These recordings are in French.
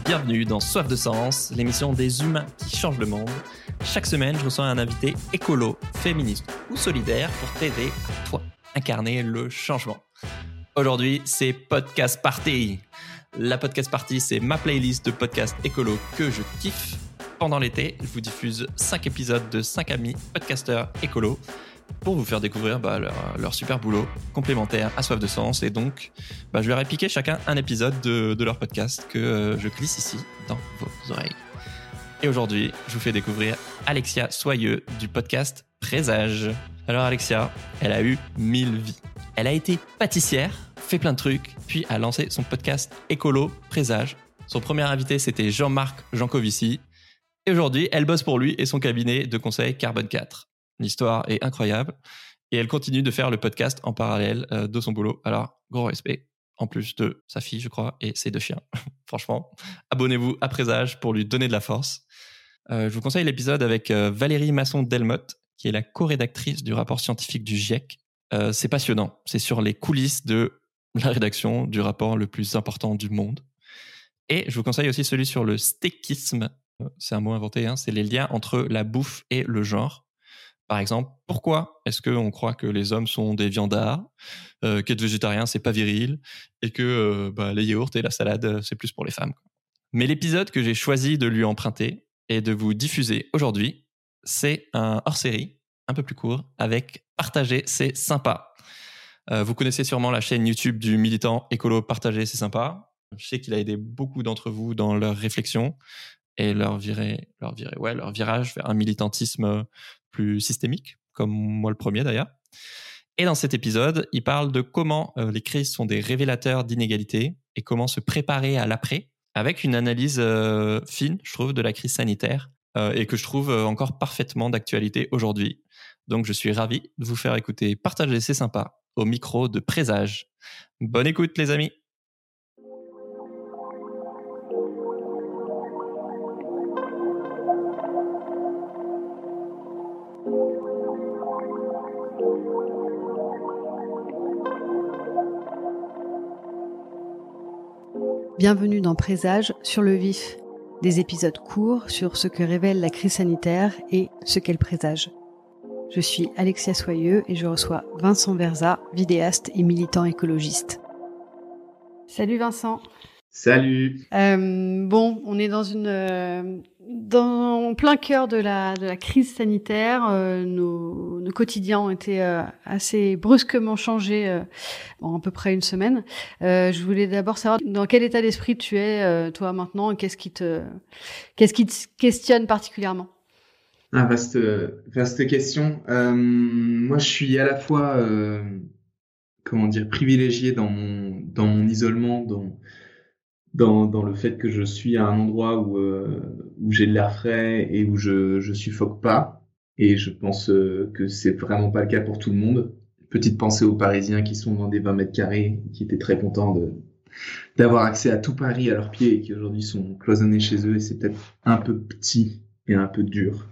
Bienvenue dans Soif de Sens, l'émission des humains qui changent le monde. Chaque semaine, je reçois un invité écolo, féministe ou solidaire pour t'aider à toi incarner le changement. Aujourd'hui, c'est Podcast Party. La Podcast Party, c'est ma playlist de podcasts écolo que je kiffe. Pendant l'été, je vous diffuse 5 épisodes de 5 amis podcasteurs écolos pour vous faire découvrir leur super boulot complémentaire à Soif de Sens. Et donc, je leur ai piqué chacun un épisode de leur podcast que je glisse ici dans vos oreilles. Et aujourd'hui, je vous fais découvrir Alexia Soyeux du podcast Présage. Alors Alexia, elle a eu 1000 vies. Elle a été pâtissière, fait plein de trucs, puis a lancé son podcast écolo Présage. Son premier invité, c'était Jean-Marc Jancovici. Et aujourd'hui, elle bosse pour lui et son cabinet de conseil Carbone 4. L'histoire est incroyable et elle continue de faire le podcast en parallèle de son boulot. Alors, gros respect, en plus de sa fille, je crois, et ses 2 chiens. Franchement, abonnez-vous à Présage pour lui donner de la force. Je vous conseille l'épisode avec Valérie Masson-Delmotte, qui est la co-rédactrice du rapport scientifique du GIEC. C'est passionnant. C'est sur les coulisses de la rédaction du rapport le plus important du monde. Et je vous conseille aussi celui sur le stéquisme. C'est un mot inventé, c'est les liens entre la bouffe et le genre. Par exemple, pourquoi est-ce qu'on croit que les hommes sont des viandards, qu'être végétarien, c'est pas viril, et que les yaourts et la salade, c'est plus pour les femmes. Mais l'épisode que j'ai choisi de lui emprunter et de vous diffuser aujourd'hui, c'est un hors-série, un peu plus court, avec Partager, c'est sympa. Vous connaissez sûrement la chaîne YouTube du militant écolo Partager, c'est sympa. Je sais qu'il a aidé beaucoup d'entre vous dans leur réflexion et leur virage vers un militantisme plus systémique, comme moi le premier d'ailleurs. Et dans cet épisode, il parle de comment les crises sont des révélateurs d'inégalités et comment se préparer à l'après, avec une analyse fine, je trouve, de la crise sanitaire et que je trouve encore parfaitement d'actualité aujourd'hui. Donc je suis ravi de vous faire écouter Partager, c'est sympa, au micro de Présage. Bonne écoute les amis. Bienvenue dans Présage sur le vif, des épisodes courts sur ce que révèle la crise sanitaire et ce qu'elle présage. Je suis Alexia Soyeux et je reçois Vincent Verza, vidéaste et militant écologiste. Salut Vincent. Salut. On est dans plein cœur de la crise sanitaire. Nos quotidiens ont été assez brusquement changés en à peu près une semaine. Je voulais d'abord savoir dans quel état d'esprit tu es toi maintenant et qu'est-ce qui te questionne particulièrement. Vaste question. Moi, je suis à la fois privilégié dans mon isolement, dans le fait que je suis à un endroit où j'ai de l'air frais et où je suffoque pas. Et je pense que c'est vraiment pas le cas pour tout le monde. Petite pensée aux Parisiens qui sont dans des 20 mètres carrés, qui étaient très contents d'avoir accès à tout Paris à leurs pieds et qui aujourd'hui sont cloisonnés chez eux. Et c'est peut-être un peu petit et un peu dur.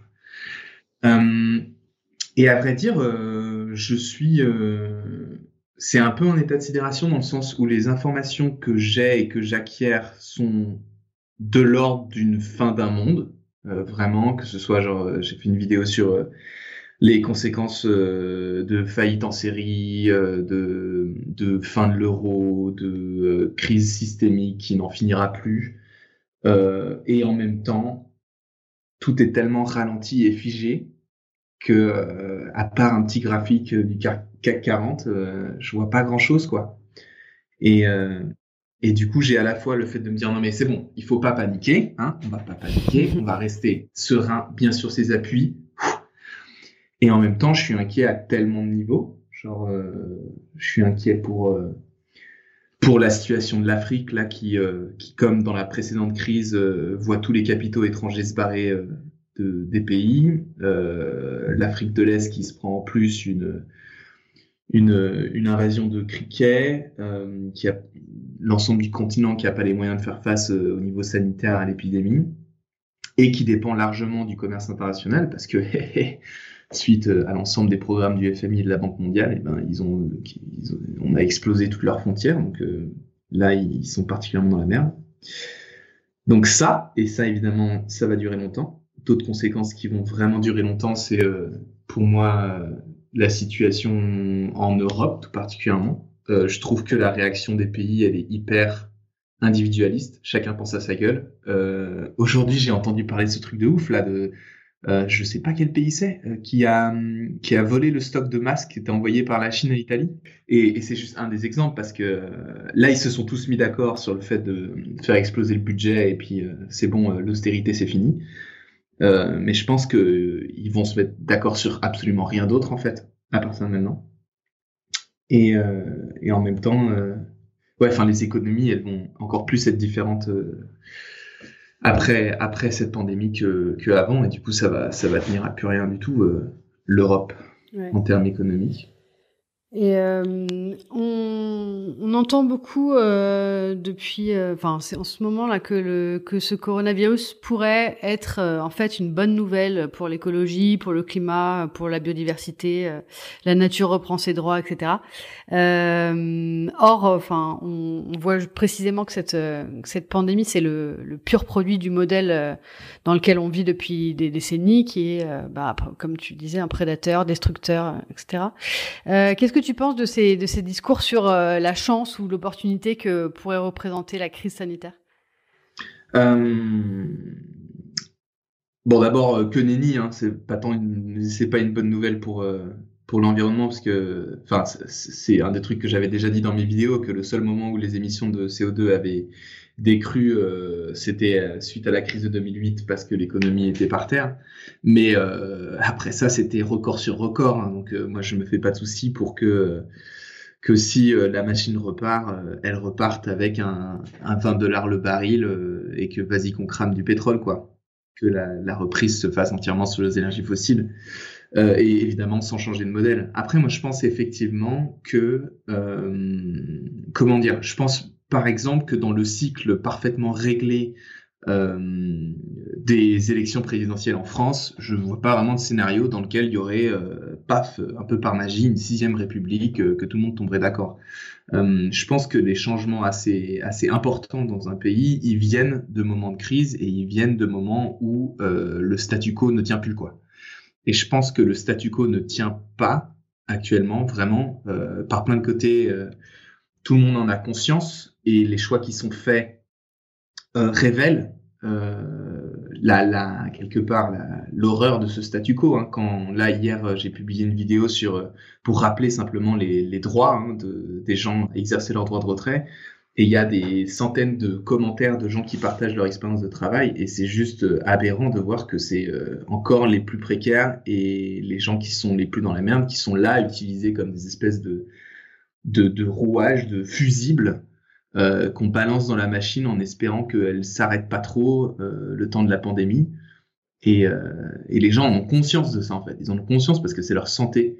Et à vrai dire, je suis... c'est un peu en état de sidération dans le sens où les informations que j'ai et que j'acquiers sont de l'ordre d'une fin d'un monde, vraiment, que ce soit j'ai fait une vidéo sur les conséquences de faillite en série, de fin de l'euro, de crise systémique qui n'en finira plus, et en même temps, tout est tellement ralenti et figé que à part un petit graphique du CAC 40, je vois pas grand-chose, quoi. Et du coup, j'ai à la fois le fait de me dire non mais c'est bon, il faut pas paniquer, on va pas paniquer, on va rester serein, bien sur ses appuis. Et en même temps, je suis inquiet à tellement de niveaux. Je suis inquiet pour la situation de l'Afrique là qui comme dans la précédente crise voit tous les capitaux étrangers se barrer des pays, l'Afrique de l'Est qui se prend en plus une invasion de criquets, qui a l'ensemble du continent qui n'a pas les moyens de faire face au niveau sanitaire à l'épidémie et qui dépend largement du commerce international parce que suite à l'ensemble des programmes du FMI et de la Banque mondiale, on a explosé toutes leurs frontières, donc là ils sont particulièrement dans la merde. Donc ça, et ça évidemment, ça va durer longtemps. D'autres conséquences qui vont vraiment durer longtemps, c'est pour moi la situation en Europe tout particulièrement. Je trouve que la réaction des pays, elle est hyper individualiste. Chacun pense à sa gueule. Aujourd'hui, j'ai entendu parler de ce truc de ouf là, je sais pas quel pays c'est, qui a volé le stock de masques qui était envoyé par la Chine à l'Italie. Et c'est juste un des exemples parce que là, ils se sont tous mis d'accord sur le fait de faire exploser le budget et puis c'est bon, l'austérité, c'est fini. Mais je pense que ils vont se mettre d'accord sur absolument rien d'autre en fait, à partir de maintenant. Et en même temps, ouais, enfin, les économies, elles vont encore plus être différentes après cette pandémie que avant, et du coup, ça va tenir à plus rien du tout, l'Europe, Ouais. en termes économiques. Et on entend beaucoup depuis, enfin, c'est en ce moment là que ce coronavirus pourrait être en fait une bonne nouvelle pour l'écologie, pour le climat, pour la biodiversité, la nature reprend ses droits, etc. Or, enfin, on voit précisément que cette pandémie, c'est le pur produit du modèle dans lequel on vit depuis des décennies, qui est, comme tu disais, un prédateur, destructeur, etc. Qu'est-ce que tu penses de ces discours sur la chance ou l'opportunité que pourrait représenter la crise sanitaire? Bon, d'abord, que nenni, hein, c'est pas une bonne nouvelle pour l'environnement parce que, enfin, c'est un des trucs que j'avais déjà dit dans mes vidéos, que le seul moment où les émissions de CO2 avaient décru, c'était suite à la crise de 2008 parce que l'économie était par terre. Mais après ça, c'était record sur record, hein, donc moi, je me fais pas de soucis pour que si la machine repart, elle reparte avec un 20 $ le baril et que vas-y qu'on crame du pétrole, quoi. Que la reprise se fasse entièrement sur les énergies fossiles et évidemment sans changer de modèle. Après, moi, je pense effectivement que, comment dire, je pense par exemple que dans le cycle parfaitement réglé des élections présidentielles en France, je ne vois pas vraiment de scénario dans lequel il y aurait, paf, un peu par magie, une 6e république, que tout le monde tomberait d'accord. Je pense que les changements assez importants dans un pays, ils viennent de moments de crise et ils viennent de moments où le statu quo ne tient plus, quoi. Et je pense que le statu quo ne tient pas actuellement, vraiment, par plein de côtés. Tout le monde en a conscience et les choix qui sont faits révèle quelque part l'horreur de ce statu quo. Hein. Quand là hier j'ai publié une vidéo pour rappeler simplement les droits des gens à exercer leur droit de retrait, et il y a des centaines de commentaires de gens qui partagent leur expérience de travail, et c'est juste aberrant de voir que c'est encore les plus précaires et les gens qui sont les plus dans la merde qui sont là utilisés comme des espèces de rouages, de fusibles qu'on balance dans la machine en espérant qu'elle s'arrête pas trop le temps de la pandémie. Et les gens en ont conscience de ça, en fait. Ils en ont conscience parce que c'est leur santé.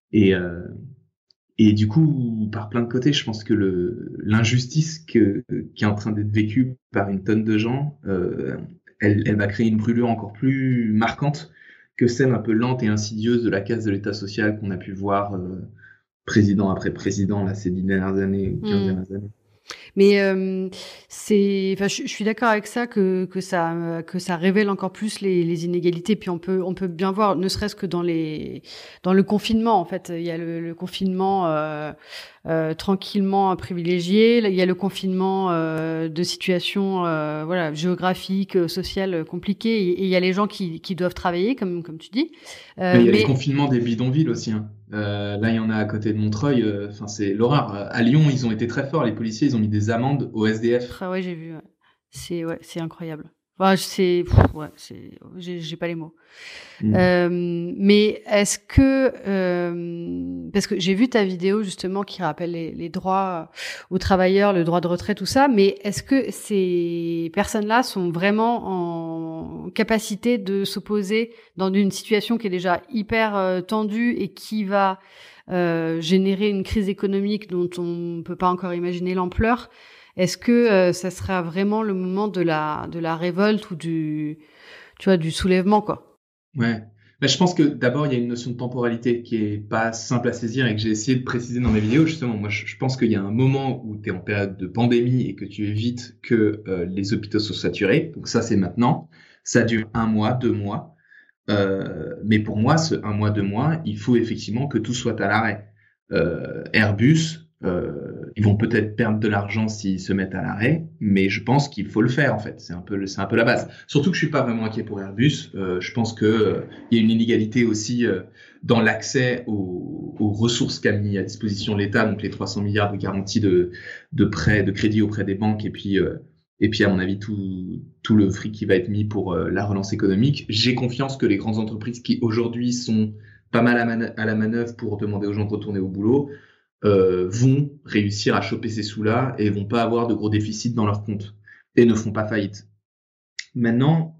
Et du coup, par plein de côtés, je pense que l'injustice qui est en train d'être vécue par une tonne de gens, elle va créer une brûlure encore plus marquante que celle un peu lente et insidieuse de la casse de l'État social qu'on a pu voir président après président là, ces 10 dernières années, 15 dernières années. Mais enfin, je suis d'accord avec ça que ça révèle encore plus les inégalités. Puis on peut bien voir, ne serait-ce que dans le confinement. En fait, il y a le confinement tranquillement privilégié. Il y a le confinement de situations voilà, géographiques, sociales compliquées. Et il y a les gens qui doivent travailler, comme tu dis. Mais il y a les confinements des bidonvilles aussi. Hein. Là, il y en a à côté de Montreuil. Enfin, c'est l'horreur. À Lyon, ils ont été très forts. Les policiers, ils ont mis des amendes aux SDF. Ouais, j'ai vu. Ouais. C'est incroyable. Enfin, j'ai pas les mots. Mais est-ce que parce que j'ai vu ta vidéo justement qui rappelle les droits aux travailleurs, le droit de retrait, tout ça, mais est-ce que ces personnes-là sont vraiment en capacité de s'opposer dans une situation qui est déjà hyper tendue et qui va générer une crise économique dont on peut pas encore imaginer l'ampleur? Est-ce que ça sera vraiment le moment de la révolte ou du soulèvement, quoi? Ouais. Je pense que d'abord, il y a une notion de temporalité qui est pas simple à saisir et que j'ai essayé de préciser dans mes vidéos. Justement, moi, je pense qu'il y a un moment où tu es en période de pandémie et que tu évites que les hôpitaux soient saturés. Donc ça, c'est maintenant. Ça dure 1 mois, 2 mois. Mais pour moi, ce 1 mois, 2 mois, il faut effectivement que tout soit à l'arrêt. Airbus, ils vont peut-être perdre de l'argent s'ils se mettent à l'arrêt, mais je pense qu'il faut le faire en fait. C'est un peu la base. Surtout que je suis pas vraiment inquiet pour Airbus. Je pense que il y a une inégalité aussi dans l'accès aux ressources qu'a mis à disposition l'État, donc les 300 milliards de garanties de prêts, de crédits auprès des banques, et puis à mon avis tout le fric qui va être mis pour la relance économique. J'ai confiance que les grandes entreprises qui aujourd'hui sont pas mal à la manœuvre pour demander aux gens de retourner au boulot vont réussir à choper ces sous-là et vont pas avoir de gros déficits dans leur compte et ne feront pas faillite. Maintenant,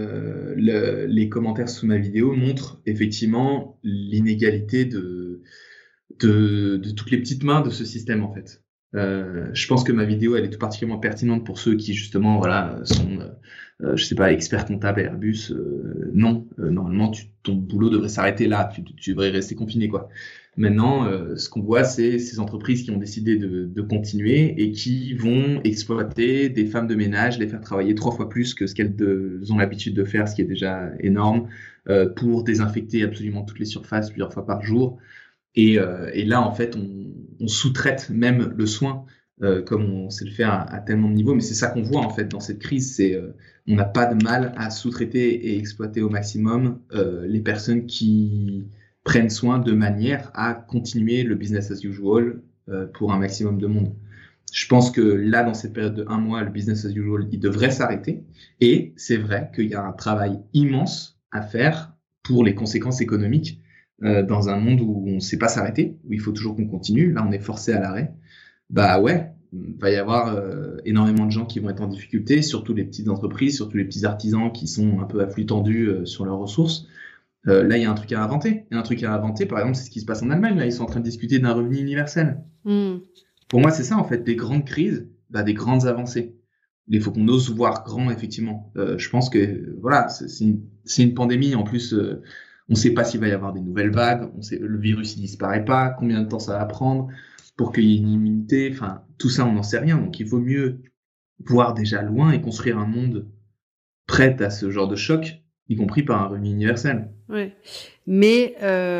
les commentaires sous ma vidéo montrent effectivement l'inégalité de toutes les petites mains de ce système en fait. Je pense que ma vidéo elle est tout particulièrement pertinente pour ceux qui justement sont je sais pas, expert comptable à Airbus. Non, normalement ton boulot devrait s'arrêter là, tu devrais rester confiné quoi. Maintenant, ce qu'on voit, c'est ces entreprises qui ont décidé de continuer et qui vont exploiter des femmes de ménage, les faire travailler 3 fois plus que ce qu'elles ont l'habitude de faire, ce qui est déjà énorme, pour désinfecter absolument toutes les surfaces plusieurs fois par jour. Et là, en fait, on sous-traite même le soin, comme on sait le faire à tellement de niveaux. Mais c'est ça qu'on voit en fait dans cette crise, c'est on n'a pas de mal à sous-traiter et exploiter au maximum les personnes qui prennent soin de manière à continuer le business as usual pour un maximum de monde. Je pense que là, dans cette période de 1 mois, le business as usual, il devrait s'arrêter. Et c'est vrai qu'il y a un travail immense à faire pour les conséquences économiques dans un monde où on ne sait pas s'arrêter, où il faut toujours qu'on continue. Là, on est forcé à l'arrêt. Bah ouais, il va y avoir énormément de gens qui vont être en difficulté, surtout les petites entreprises, surtout les petits artisans qui sont un peu à flux tendu sur leurs ressources. Là, il y a un truc à inventer. Il y a un truc à inventer, par exemple, c'est ce qui se passe en Allemagne. Là, ils sont en train de discuter d'un revenu universel. Pour moi, c'est ça, en fait, des grandes crises, des grandes avancées. Il faut qu'on ose voir grand, effectivement. Je pense que, voilà, c'est une pandémie. En plus, on ne sait pas s'il va y avoir des nouvelles vagues. Le virus, il disparaît pas. Combien de temps ça va prendre pour qu'il y ait une immunité? Enfin, tout ça, on n'en sait rien. Donc, il vaut mieux voir déjà loin et construire un monde prêt à ce genre de choc, y compris par un revenu universel. Oui, mais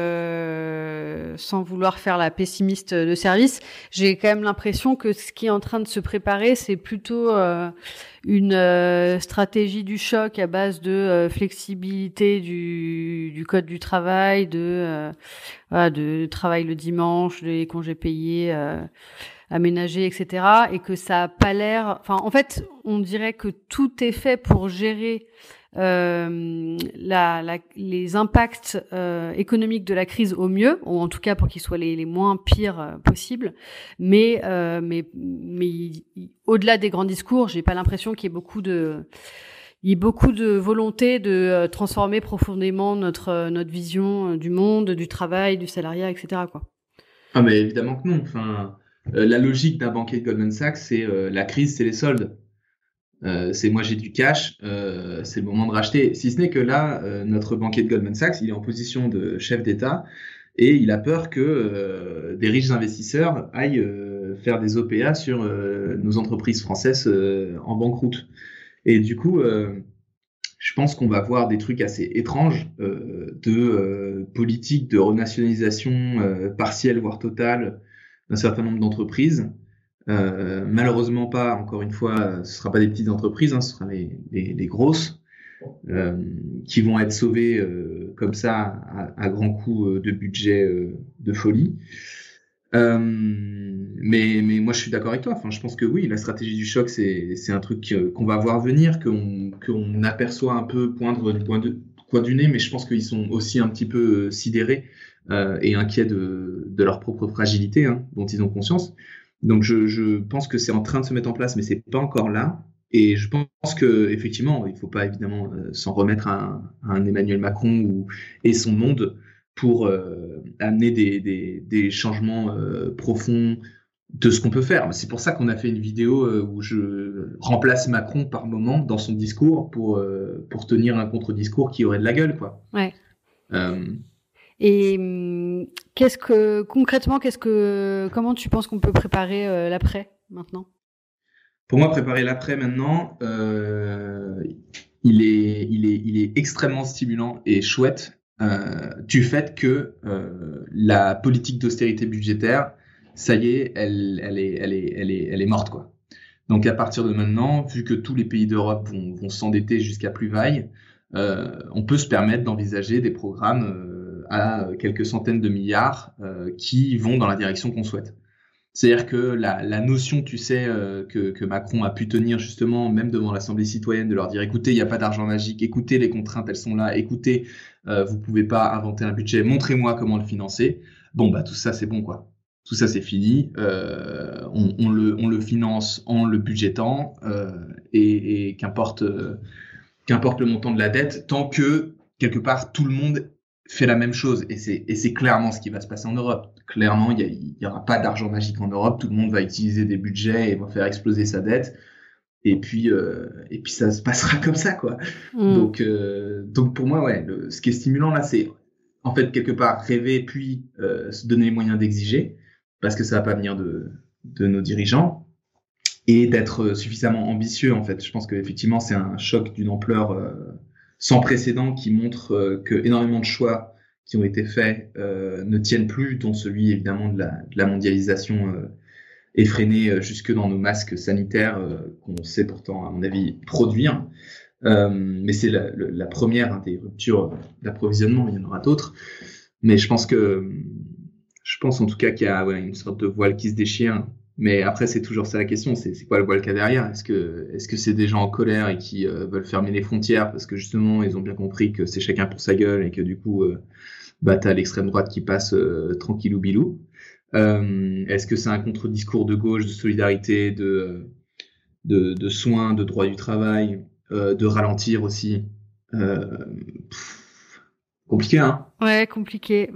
sans vouloir faire la pessimiste de service, j'ai quand même l'impression que ce qui est en train de se préparer, c'est plutôt une stratégie du choc à base de flexibilité du code du travail, de travail le dimanche, des congés payés aménagés, etc. Et que ça a pas l'air... Enfin, en fait, on dirait que tout est fait pour gérer les impacts économiques de la crise au mieux, ou en tout cas pour qu'ils soient les moins pires possibles. Mais au-delà des grands discours, j'ai pas l'impression qu'il y ait beaucoup de volonté de transformer profondément notre vision du monde, du travail, du salariat, etc. quoi. Ah mais évidemment que non. Enfin, la logique d'un banquier de Goldman Sachs, c'est la crise, c'est les soldes. C'est moi j'ai du cash, c'est le moment de racheter. Si ce n'est que là, notre banquier de Goldman Sachs, il est en position de chef d'État et il a peur que des riches investisseurs aillent faire des OPA sur nos entreprises françaises en banqueroute. Et du coup, je pense qu'on va voir des trucs assez étranges de politique de renationalisation partielle voire totale d'un certain nombre d'entreprises. Malheureusement pas, encore une fois, ce sera pas des petites entreprises, ce sera les grosses qui vont être sauvées comme ça à grands coups de budget de folie. Mais moi je suis d'accord avec toi. Enfin, je pense que oui, la stratégie du choc c'est un truc qu'on va voir venir, qu'on aperçoit un peu poindre du coin du nez, mais je pense qu'ils sont aussi un petit peu sidérés et inquiets de leur propre fragilité, dont ils ont conscience. Donc je pense que c'est en train de se mettre en place, mais c'est pas encore là. Et je pense que effectivement, il faut pas évidemment s'en remettre à un Emmanuel Macron et son monde pour amener des changements profonds de ce qu'on peut faire. C'est pour ça qu'on a fait une vidéo où je remplace Macron par moment dans son discours pour tenir un contre-discours qui aurait de la gueule, quoi. Ouais. Et comment tu penses qu'on peut préparer l'après maintenant? Pour moi, préparer l'après maintenant, il est extrêmement stimulant et chouette du fait que la politique d'austérité budgétaire, ça y est, elle est morte, quoi. Donc à partir de maintenant, vu que tous les pays d'Europe vont s'endetter jusqu'à plus vaille, on peut se permettre d'envisager des programmes à quelques centaines de milliards qui vont dans la direction qu'on souhaite. C'est-à-dire que la notion, tu sais, que Macron a pu tenir justement, même devant l'Assemblée citoyenne, de leur dire, écoutez, il n'y a pas d'argent magique, écoutez, les contraintes, elles sont là, écoutez, vous pouvez pas inventer un budget, montrez-moi comment le financer. Bon, bah tout ça, c'est bon, quoi. Tout ça, c'est fini. On le finance en le budgétant et qu'importe le montant de la dette, tant que, quelque part, tout le monde fait la même chose. Et c'est clairement ce qui va se passer en Europe. Clairement, il y aura pas d'argent magique en Europe. Tout le monde va utiliser des budgets et va faire exploser sa dette. Et puis ça se passera comme ça, quoi. Donc pour moi, ouais, ce qui est stimulant là, c'est en fait quelque part rêver puis se donner les moyens d'exiger, parce que ça va pas venir de nos dirigeants, et d'être suffisamment ambitieux. En fait, je pense qu'effectivement, c'est un choc d'une ampleur sans précédent qui montre que énormément de choix qui ont été faits ne tiennent plus, dont celui évidemment de la mondialisation effrénée jusque dans nos masques sanitaires qu'on sait pourtant, à mon avis, produire. Mais c'est la première des ruptures d'approvisionnement. Il y en aura d'autres. Mais je pense en tout cas qu'il y a une sorte de voile qui se déchire. Mais après, c'est toujours ça la question, c'est quoi le voile qu'il y a derrière? Est-ce que c'est des gens en colère et qui veulent fermer les frontières parce que justement, ils ont bien compris que c'est chacun pour sa gueule et que du coup, t'as l'extrême droite qui passe tranquillou bilou? Est-ce que c'est un contre-discours de gauche, de solidarité, de soins, de droit du travail, de ralentir aussi? Compliqué, hein? Ouais, compliqué.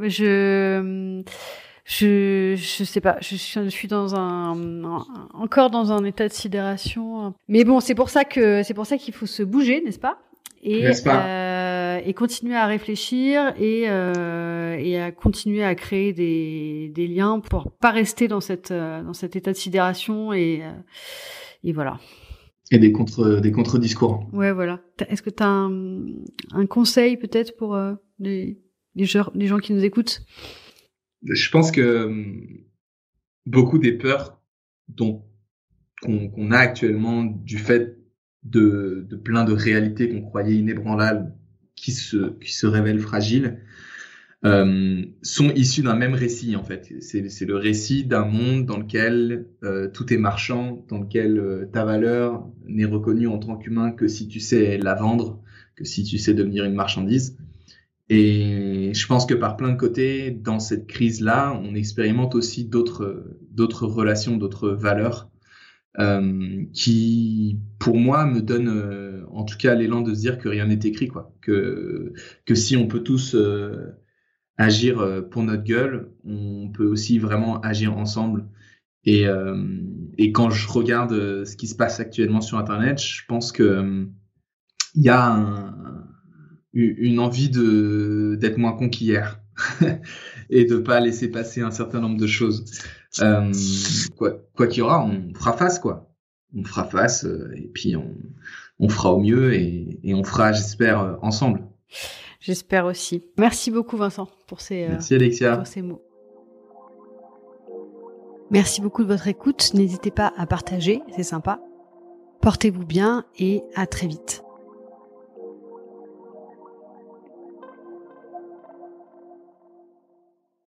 Je sais pas, je suis encore dans un état de sidération. Mais bon, c'est pour ça qu'il faut se bouger, n'est-ce pas? Et continuer à réfléchir et à continuer à créer des liens pour pas rester dans cet état de sidération et voilà. Et des contre-discours. Ouais, voilà. Est-ce que tu as un conseil peut-être pour les gens qui nous écoutent? Je pense que beaucoup des peurs qu'on a actuellement du fait de plein de réalités qu'on croyait inébranlables qui se révèlent fragiles sont issues d'un même récit, en fait. C'est le récit d'un monde dans lequel tout est marchand, dans lequel ta valeur n'est reconnue en tant qu'humain que si tu sais la vendre, que si tu sais devenir une marchandise. Et je pense que par plein de côtés, dans cette crise-là, on expérimente aussi d'autres relations, d'autres valeurs qui, pour moi, me donnent en tout cas l'élan de se dire que rien n'est écrit, quoi. Que si on peut tous agir pour notre gueule, on peut aussi vraiment agir ensemble. Et quand je regarde ce qui se passe actuellement sur Internet, je pense que il y a une envie d'être moins con qu'hier et de pas laisser passer un certain nombre de choses. Quoi qu'il y aura, on fera face, quoi. On fera face et puis on fera au mieux et on fera, j'espère, ensemble. J'espère aussi. Merci beaucoup, Vincent, Merci, Alexia. pour ces mots. Merci beaucoup de votre écoute. N'hésitez pas à partager, c'est sympa. Portez-vous bien et à très vite.